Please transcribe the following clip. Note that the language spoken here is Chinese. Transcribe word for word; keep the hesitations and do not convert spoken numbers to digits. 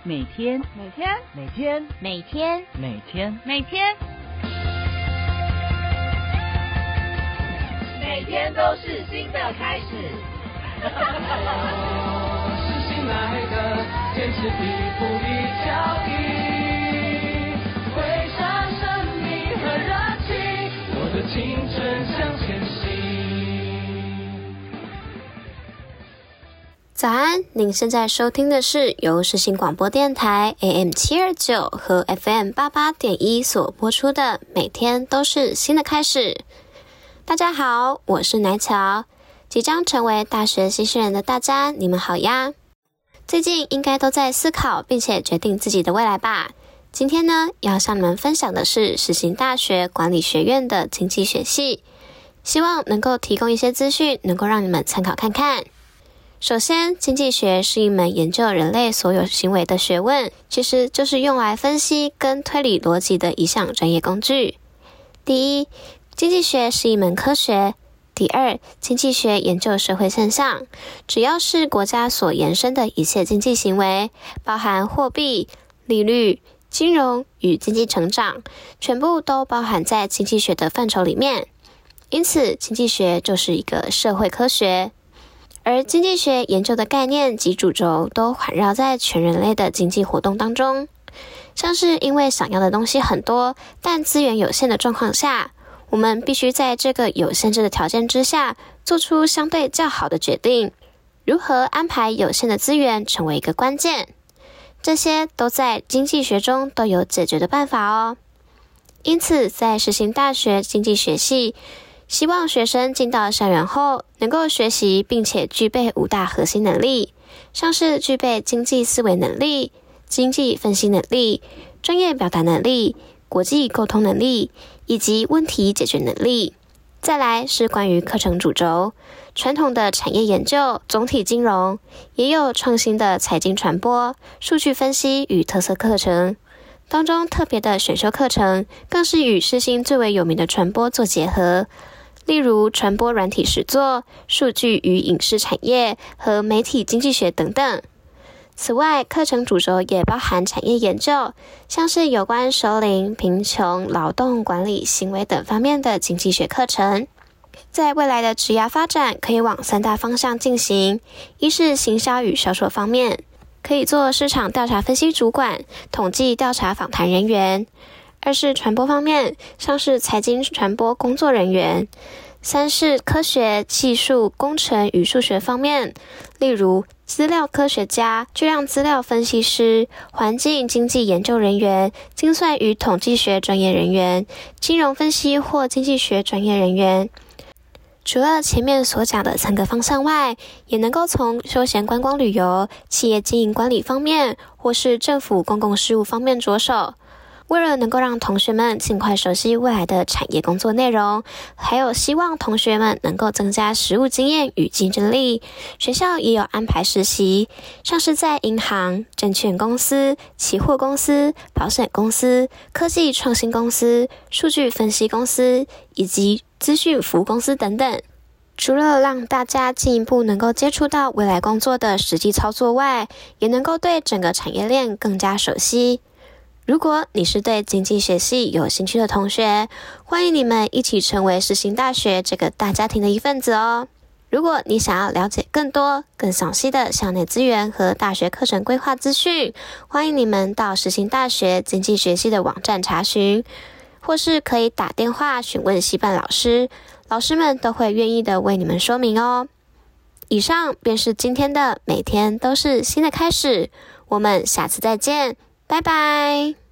每天每天每天每天每天每天每天都是新的开始。 是醒来的，坚持一步一脚印，挥洒生命和热情，我的青春向前行。 早安，您现在收听的是由世新广播电台 A M 七二九 和 F M 八八点一所播出的每天都是新的开始。大家好，我是奶巧，即将成为大学新鲜人的大家，你们好呀！最近应该都在思考并且决定自己的未来吧。今天呢，要向你们分享的是世新大学管理学院的经济学系，希望能够提供一些资讯，能够让你们参考看看。首先，经济学是一门研究人类所有行为的学问，其实就是用来分析跟推理逻辑的一项专业工具。第一，经济学是一门科学。第二，经济学研究社会现象，只要是国家所延伸的一切经济行为，包含货币、利率、金融与经济成长，全部都包含在经济学的范畴里面。因此，经济学就是一个社会科学。而经济学研究的概念及主轴都环绕在全人类的经济活动当中，像是因为想要的东西很多，但资源有限的状况下，我们必须在这个有限制的条件之下，做出相对较好的决定。如何安排有限的资源成为一个关键，这些都在经济学中都有解决的办法哦。因此，在世新大学经济学系，希望学生进到校园后，能够学习并且具备五大核心能力，像是具备经济思维能力、经济分析能力、专业表达能力、国际沟通能力以及问题解决能力。再来是关于课程主轴，传统的产业研究、总体金融，也有创新的财经传播、数据分析与特色课程。当中特别的选修课程，更是与世新最为有名的传播做结合，例如传播软体实作、数据与影视产业和媒体经济学等等。此外，课程主轴也包含产业研究，像是有关熟龄、贫穷、劳动管理、行为等方面的经济学课程。在未来的职涯发展，可以往三大方向进行：一是行销与销售方面，可以做市场调查分析主管、统计调查访谈人员；二是传播方面，像是财经传播工作人员；三是科学、技术、工程与数学方面，例如资料科学家、巨量资料分析师、环境经济研究人员、精算与统计学专业人员、金融分析或经济学专业人员。除了前面所讲的三个方向外，也能够从休闲观光旅游、企业经营管理方面，或是政府公共事务方面着手。为了能够让同学们尽快熟悉未来的产业工作内容，还有希望同学们能够增加实务经验与竞争力，学校也有安排实习，像是在银行、证券公司、期货公司、保险公司、科技创新公司、数据分析公司以及资讯服务公司等等。除了让大家进一步能够接触到未来工作的实际操作外，也能够对整个产业链更加熟悉。如果你是对经济学系有兴趣的同学，欢迎你们一起成为世新大学这个大家庭的一份子哦。如果你想要了解更多、更详细的校内资源和大学课程规划资讯，欢迎你们到世新大学经济学系的网站查询，或是可以打电话询问系办老师，老师们都会愿意的为你们说明哦。以上便是今天的每天都是新的开始，我们下次再见。拜拜。